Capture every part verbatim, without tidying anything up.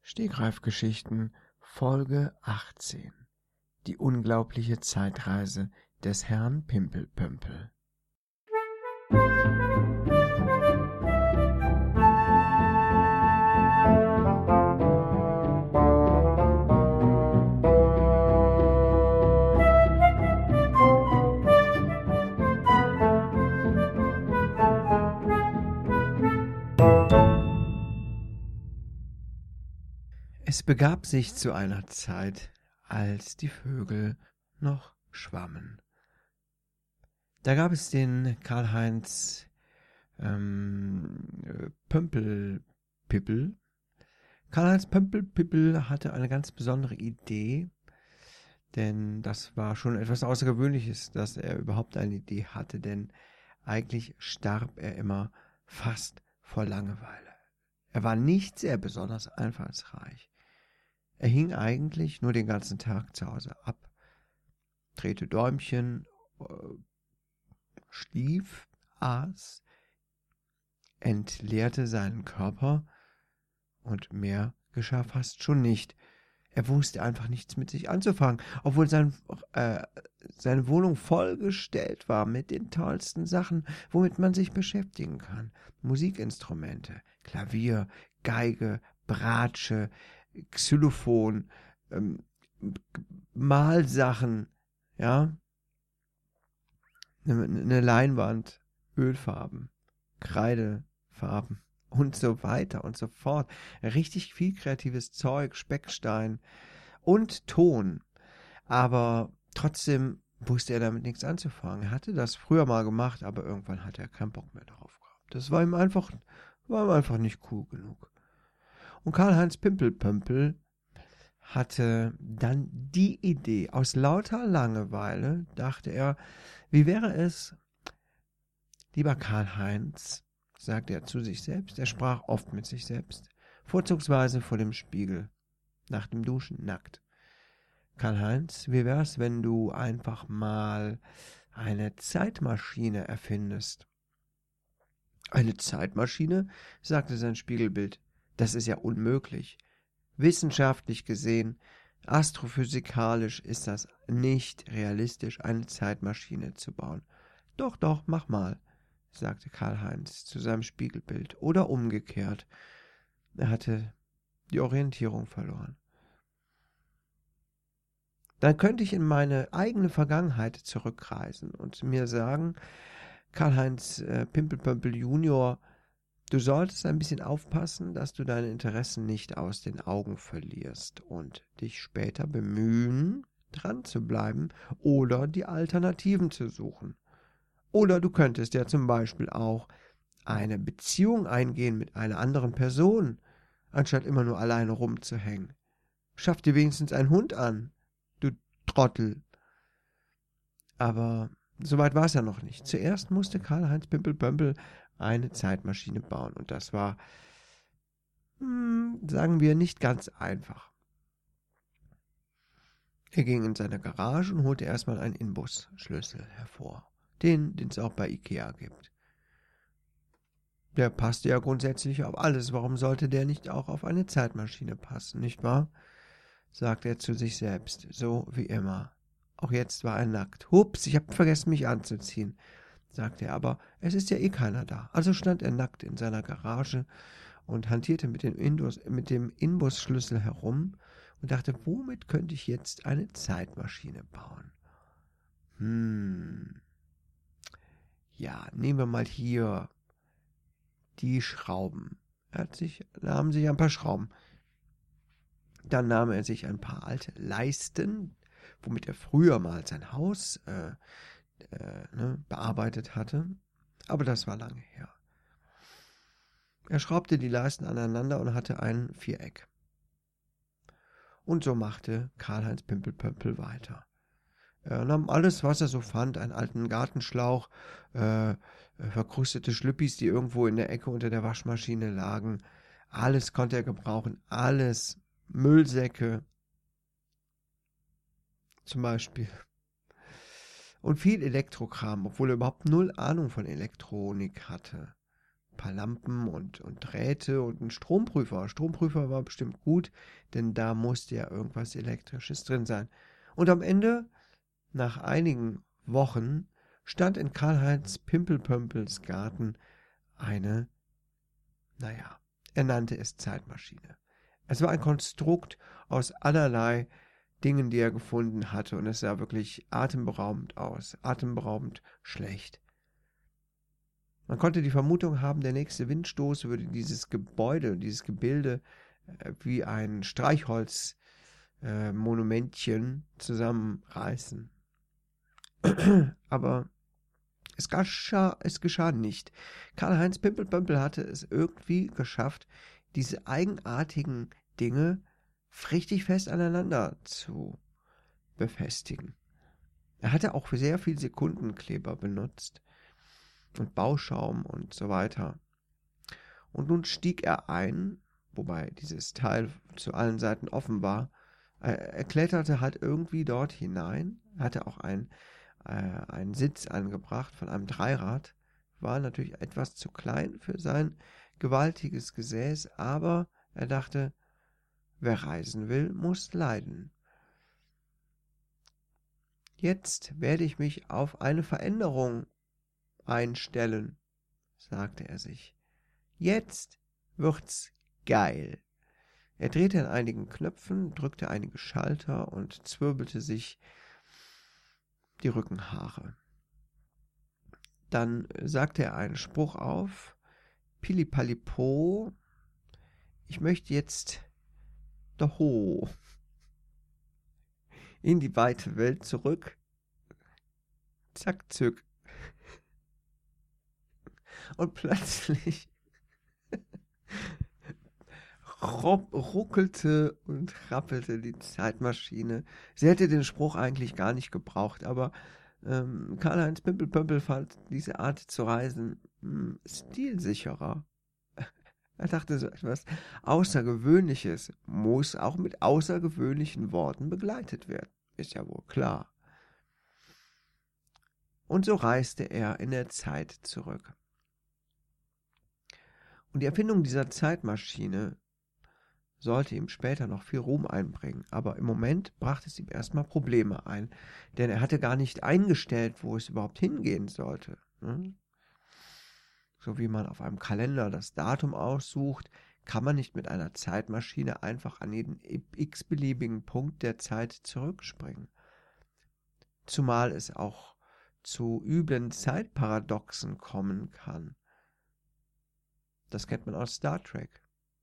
Stegreifgeschichten Folge achtzehn. Die unglaubliche Zeitreise des Herrn Pimpelpömpel. Es begab sich zu einer Zeit, als die Vögel noch schwammen. Da gab es den Karl-Heinz ähm, Pömpelpippel. Karl-Heinz Pömpelpippel hatte eine ganz besondere Idee, denn das war schon etwas Außergewöhnliches, dass er überhaupt eine Idee hatte, denn eigentlich starb er immer fast vor Langeweile. Er war nicht sehr besonders einfallsreich. Er hing eigentlich nur den ganzen Tag zu Hause ab, drehte Däumchen, schlief, aß, entleerte seinen Körper und mehr geschah fast schon nicht. Er wusste einfach nichts mit sich anzufangen, obwohl sein, äh, seine Wohnung vollgestellt war mit den tollsten Sachen, womit man sich beschäftigen kann. Musikinstrumente, Klavier, Geige, Bratsche, Xylophon, ähm, Malsachen, ja, eine, eine Leinwand, Ölfarben, Kreidefarben und so weiter und so fort. Richtig viel kreatives Zeug, Speckstein und Ton. Aber trotzdem wusste er damit nichts anzufangen. Er hatte das früher mal gemacht, aber irgendwann hatte er keinen Bock mehr darauf gehabt. Das war ihm einfach, war ihm einfach nicht cool genug. Und Karl-Heinz Pimpelpömpel hatte dann die Idee, aus lauter Langeweile dachte er, wie wäre es, lieber Karl-Heinz, sagte er zu sich selbst, er sprach oft mit sich selbst, vorzugsweise vor dem Spiegel, nach dem Duschen nackt. Karl-Heinz, wie wär's, wenn du einfach mal eine Zeitmaschine erfindest? Eine Zeitmaschine? Sagte sein Spiegelbild. Das ist ja unmöglich. Wissenschaftlich gesehen, astrophysikalisch ist das nicht realistisch, eine Zeitmaschine zu bauen. Doch, doch, mach mal, sagte Karl-Heinz zu seinem Spiegelbild. Oder umgekehrt. Er hatte die Orientierung verloren. Dann könnte ich in meine eigene Vergangenheit zurückreisen und mir sagen, Karl-Heinz äh, Pimpelpömpel Junior, du solltest ein bisschen aufpassen, dass du deine Interessen nicht aus den Augen verlierst und dich später bemühen, dran zu bleiben oder die Alternativen zu suchen. Oder du könntest ja zum Beispiel auch eine Beziehung eingehen mit einer anderen Person, anstatt immer nur alleine rumzuhängen. Schaff dir wenigstens einen Hund an, du Trottel. Aber soweit war es ja noch nicht. Zuerst musste Karl-Heinz Pimpelpömpel eine Zeitmaschine bauen. Und das war, hm, sagen wir, nicht ganz einfach. Er ging in seine Garage und holte erstmal einen Inbusschlüssel hervor. Den, den es auch bei Ikea gibt. Der passte ja grundsätzlich auf alles. Warum sollte der nicht auch auf eine Zeitmaschine passen, nicht wahr? Sagte er zu sich selbst, so wie immer. Auch jetzt war er nackt. Hups, ich habe vergessen, mich anzuziehen, sagte er, aber es ist ja eh keiner da. Also stand er nackt in seiner Garage und hantierte mit dem, Indus, mit dem Inbusschlüssel herum und dachte, womit könnte ich jetzt eine Zeitmaschine bauen? Hm, ja, nehmen wir mal hier die Schrauben. Er hat sich, nahm sich ein paar Schrauben. Dann nahm er sich ein paar alte Leisten, womit er früher mal sein Haus äh, äh, ne, bearbeitet hatte. Aber das war lange her. Er schraubte die Leisten aneinander und hatte ein Viereck. Und so machte Karl-Heinz Pimpelpömpel weiter. Er nahm alles, was er so fand, einen alten Gartenschlauch, äh, verkrustete Schlüppis, die irgendwo in der Ecke unter der Waschmaschine lagen. Alles konnte er gebrauchen, alles. Müllsäcke zum Beispiel. Und viel Elektrokram, obwohl er überhaupt null Ahnung von Elektronik hatte. ein paar Lampen und, und Drähte und ein Stromprüfer. Stromprüfer war bestimmt gut, denn da musste ja irgendwas Elektrisches drin sein. Und am Ende, nach einigen Wochen, stand in Karl-Heinz Pimpelpömpels Garten eine, naja, er nannte es Zeitmaschine. Es war ein Konstrukt aus allerlei Dingen, die er gefunden hatte, und es sah wirklich atemberaubend aus, atemberaubend schlecht. Man konnte die Vermutung haben, der nächste Windstoß würde dieses Gebäude, dieses Gebilde äh, wie ein Streichholzmonumentchen äh, zusammenreißen. Aber es geschah, es geschah nicht. Karl-Heinz Pimpelpömpel hatte es irgendwie geschafft, diese eigenartigen Dinge richtig fest aneinander zu befestigen. Er hatte auch sehr viel Sekundenkleber benutzt und Bauschaum und so weiter. Und nun stieg er ein, wobei dieses Teil zu allen Seiten offen war. Er kletterte halt irgendwie dort hinein, hatte auch ein, äh, einen Sitz angebracht von einem Dreirad, war natürlich etwas zu klein für sein gewaltiges Gesäß, aber er dachte, wer reisen will, muss leiden. Jetzt werde ich mich auf eine Veränderung einstellen, sagte er sich. Jetzt wird's geil. Er drehte an einigen Knöpfen, drückte einige Schalter und zwirbelte sich die Rückenhaare. Dann sagte er einen Spruch auf. Pillipallipo, ich möchte jetzt daho in die weite Welt zurück. Zack, zück. Und plötzlich ruckelte und rappelte die Zeitmaschine. Sie hätte den Spruch eigentlich gar nicht gebraucht, aber ähm, Karl-Heinz Pimpelpömpel fand diese Art zu reisen mh, stilsicherer. Er dachte, so etwas Außergewöhnliches muss auch mit außergewöhnlichen Worten begleitet werden. Ist ja wohl klar. Und so reiste er in der Zeit zurück. Und die Erfindung dieser Zeitmaschine sollte ihm später noch viel Ruhm einbringen, aber im Moment brachte es ihm erstmal Probleme ein, denn er hatte gar nicht eingestellt, wo es überhaupt hingehen sollte. So wie man auf einem Kalender das Datum aussucht, kann man nicht mit einer Zeitmaschine einfach an jeden x-beliebigen Punkt der Zeit zurückspringen. Zumal es auch zu üblen Zeitparadoxen kommen kann. Das kennt man aus Star Trek.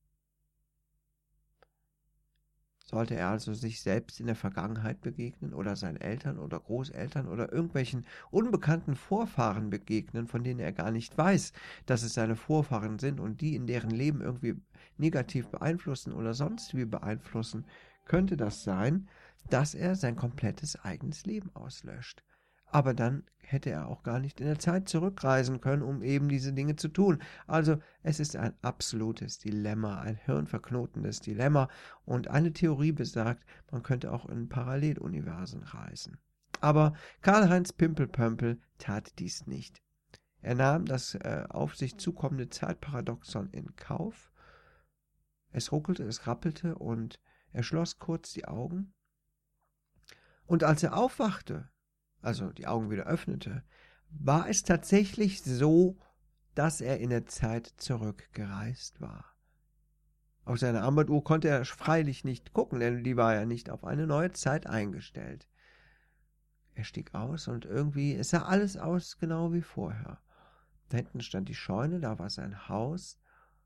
Sollte er also sich selbst in der Vergangenheit begegnen oder seinen Eltern oder Großeltern oder irgendwelchen unbekannten Vorfahren begegnen, von denen er gar nicht weiß, dass es seine Vorfahren sind und die in deren Leben irgendwie negativ beeinflussen oder sonst wie beeinflussen, könnte das sein, dass er sein komplettes eigenes Leben auslöscht. Aber dann hätte er auch gar nicht in der Zeit zurückreisen können, um eben diese Dinge zu tun. Also es ist ein absolutes Dilemma, ein hirnverknotendes Dilemma. Und eine Theorie besagt, man könnte auch in Paralleluniversen reisen. Aber Karl-Heinz Pimpelpömpel tat dies nicht. Er nahm das äh, auf sich zukommende Zeitparadoxon in Kauf. Es ruckelte, es rappelte und er schloss kurz die Augen. Und als er aufwachte, also die Augen wieder öffnete, war es tatsächlich so, dass er in der Zeit zurückgereist war. Auf seine Armbanduhr konnte er freilich nicht gucken, denn die war ja nicht auf eine neue Zeit eingestellt. Er stieg aus und irgendwie, es sah alles aus genau wie vorher. Da hinten stand die Scheune, da war sein Haus.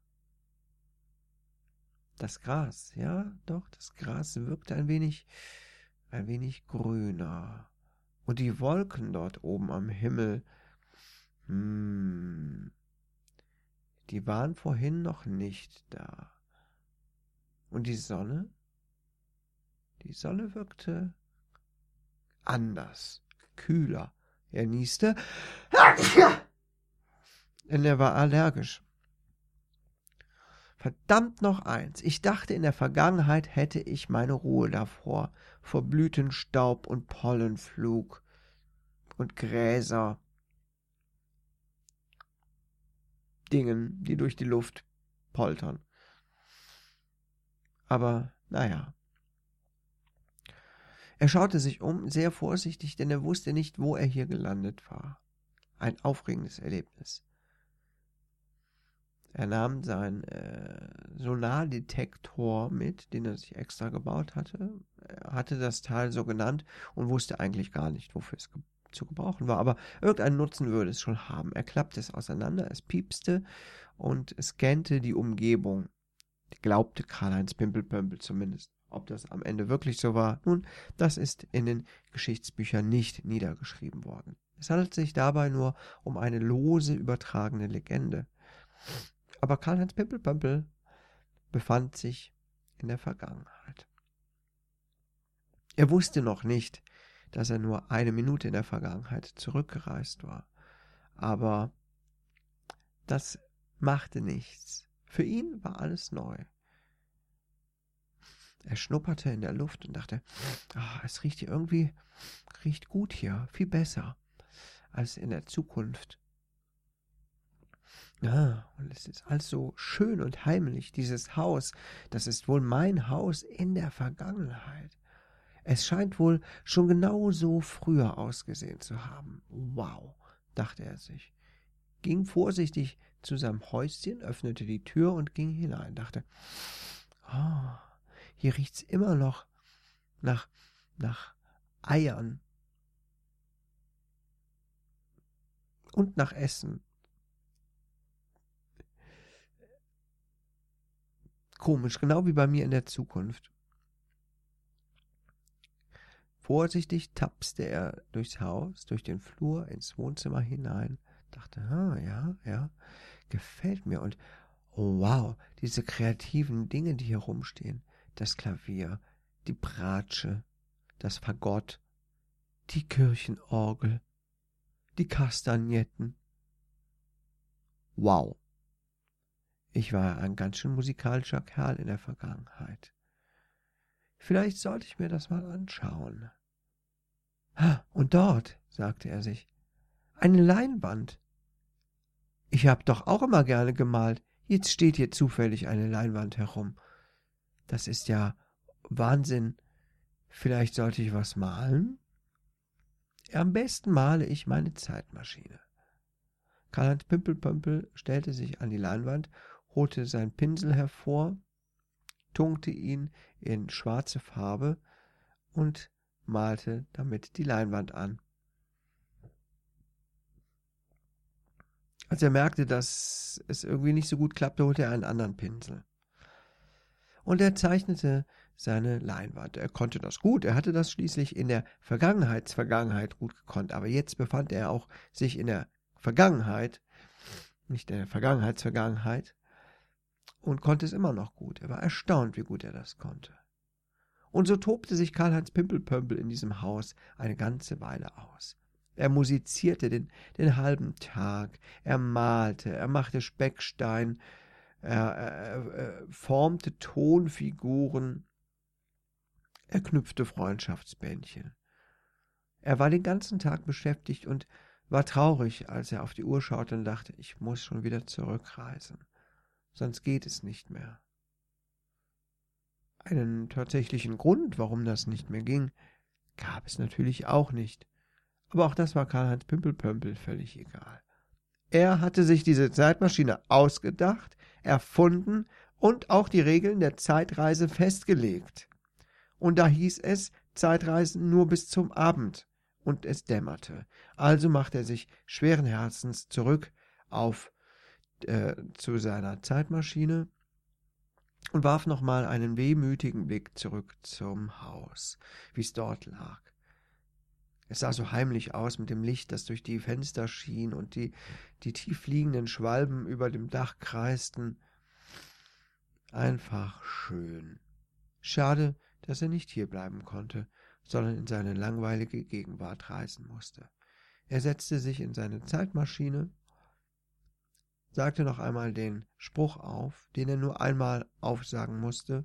Das Gras, ja, doch, das Gras wirkte ein wenig, ein wenig grüner. Und die Wolken dort oben am Himmel, hm, die waren vorhin noch nicht da. Und die Sonne? Die Sonne wirkte anders, kühler. Er nieste, denn er war allergisch. Verdammt noch eins, ich dachte, in der Vergangenheit hätte ich meine Ruhe davor, vor Blütenstaub und Pollenflug und Gräser. Dingen, die durch die Luft poltern. Aber naja. Er schaute sich um, sehr vorsichtig, denn er wusste nicht, wo er hier gelandet war. Ein aufregendes Erlebnis. Er nahm seinen äh, Sonardetektor mit, den er sich extra gebaut hatte. Er hatte das Teil so genannt und wusste eigentlich gar nicht, wofür es ge zu gebrauchen war. Aber irgendeinen Nutzen würde es schon haben. Er klappte es auseinander, es piepste und scannte die Umgebung. Glaubte Karl-Heinz Pimpelpömpel zumindest. Ob das am Ende wirklich so war, nun, das ist in den Geschichtsbüchern nicht niedergeschrieben worden. Es handelt sich dabei nur um eine lose übertragene Legende. Aber Karl-Heinz Pimpelpömpel befand sich in der Vergangenheit. Er wusste noch nicht, dass er nur eine Minute in der Vergangenheit zurückgereist war. Aber das machte nichts. Für ihn war alles neu. Er schnupperte in der Luft und dachte, ah, es riecht hier irgendwie, riecht gut hier, viel besser als in der Zukunft. Ah, und es ist alles so schön und heimlich, dieses Haus, das ist wohl mein Haus in der Vergangenheit. Es scheint wohl schon genau so früher ausgesehen zu haben. Wow, dachte er sich, ging vorsichtig zu seinem Häuschen, öffnete die Tür und ging hinein, dachte, ah, hier riecht's immer noch nach, nach Eiern und nach Essen. Komisch, genau wie bei mir in der Zukunft. Vorsichtig tapste er durchs Haus, durch den Flur, ins Wohnzimmer hinein, dachte, ah, ja, ja, gefällt mir. Und oh, wow, diese kreativen Dinge, die hier rumstehen. Das Klavier, die Bratsche, das Fagott, die Kirchenorgel, die Kastagnetten. Wow. Ich war ein ganz schön musikalischer Kerl in der Vergangenheit. Vielleicht sollte ich mir das mal anschauen. Und dort, sagte er sich, eine Leinwand. Ich habe doch auch immer gerne gemalt. Jetzt steht hier zufällig eine Leinwand herum. Das ist ja Wahnsinn. Vielleicht sollte ich was malen? Am besten male ich meine Zeitmaschine. Karl-Heinz Pimpelpömpel stellte sich an die Leinwand, holte seinen Pinsel hervor, tunkte ihn in schwarze Farbe und malte damit die Leinwand an. Als er merkte, dass es irgendwie nicht so gut klappte, holte er einen anderen Pinsel. Und er zeichnete seine Leinwand. Er konnte das gut, er hatte das schließlich in der Vergangenheitsvergangenheit gut gekonnt, aber jetzt befand er auch sich in der Vergangenheit, nicht in der Vergangenheitsvergangenheit, und konnte es immer noch gut. Er war erstaunt, wie gut er das konnte. Und so tobte sich Karl-Heinz Pimpelpömpel in diesem Haus eine ganze Weile aus. Er musizierte den, den halben Tag, er malte, er machte Speckstein, er, er, er formte Tonfiguren, er knüpfte Freundschaftsbändchen. Er war den ganzen Tag beschäftigt und war traurig, als er auf die Uhr schaute und dachte, ich muss schon wieder zurückreisen, sonst geht es nicht mehr. Einen tatsächlichen Grund, warum das nicht mehr ging, gab es natürlich auch nicht. Aber auch das war Karl-Heinz Pimpelpömpel völlig egal. Er hatte sich diese Zeitmaschine ausgedacht, erfunden und auch die Regeln der Zeitreise festgelegt. Und da hieß es, Zeitreisen nur bis zum Abend. Und es dämmerte. Also machte er sich schweren Herzens zurück auf äh, zu seiner Zeitmaschine und warf nochmal einen wehmütigen Blick zurück zum Haus, wie es dort lag. Es sah so heimlich aus mit dem Licht, das durch die Fenster schien und die, die tief liegenden Schwalben über dem Dach kreisten. Einfach schön. Schade, dass er nicht hier bleiben konnte, sondern in seine langweilige Gegenwart reisen musste. Er setzte sich in seine Zeitmaschine, sagte noch einmal den Spruch auf, den er nur einmal aufsagen musste.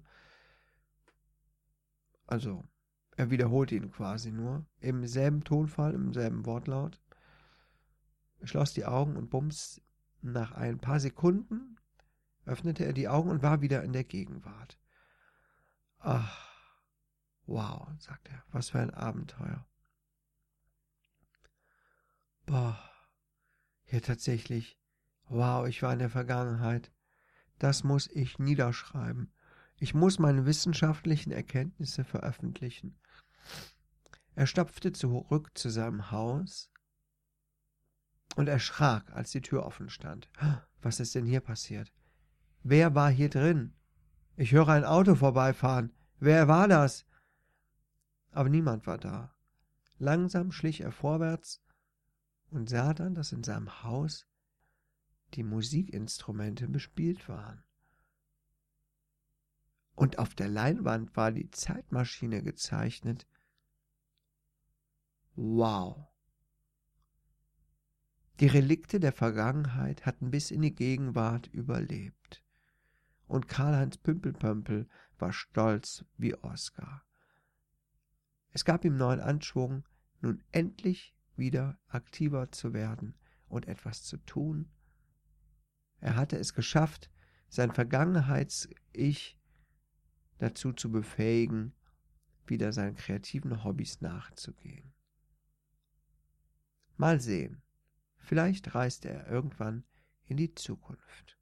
Also, er wiederholte ihn quasi nur, im selben Tonfall, im selben Wortlaut, schloss die Augen und bums Nach ein paar Sekunden öffnete er die Augen und war wieder in der Gegenwart. Ach, wow, sagte er, was für ein Abenteuer. Boah, ja tatsächlich, wow, ich war in der Vergangenheit. Das muss ich niederschreiben. Ich muss meine wissenschaftlichen Erkenntnisse veröffentlichen. Er stapfte zurück zu seinem Haus und erschrak, als die Tür offen stand. Was ist denn hier passiert? Wer war hier drin? Ich höre ein Auto vorbeifahren. Wer war das? Aber niemand war da. Langsam schlich er vorwärts und sah dann, dass in seinem Haus die Musikinstrumente bespielt waren. Und auf der Leinwand war die Zeitmaschine gezeichnet. Wow! Die Relikte der Vergangenheit hatten bis in die Gegenwart überlebt. Und Karl-Heinz Pümpelpömpel war stolz wie Oskar. Es gab ihm neuen Anschwung, nun endlich wieder aktiver zu werden und etwas zu tun. Er hatte es geschafft, sein Vergangenheits-Ich dazu zu befähigen, wieder seinen kreativen Hobbys nachzugehen. Mal sehen, vielleicht reist er irgendwann in die Zukunft.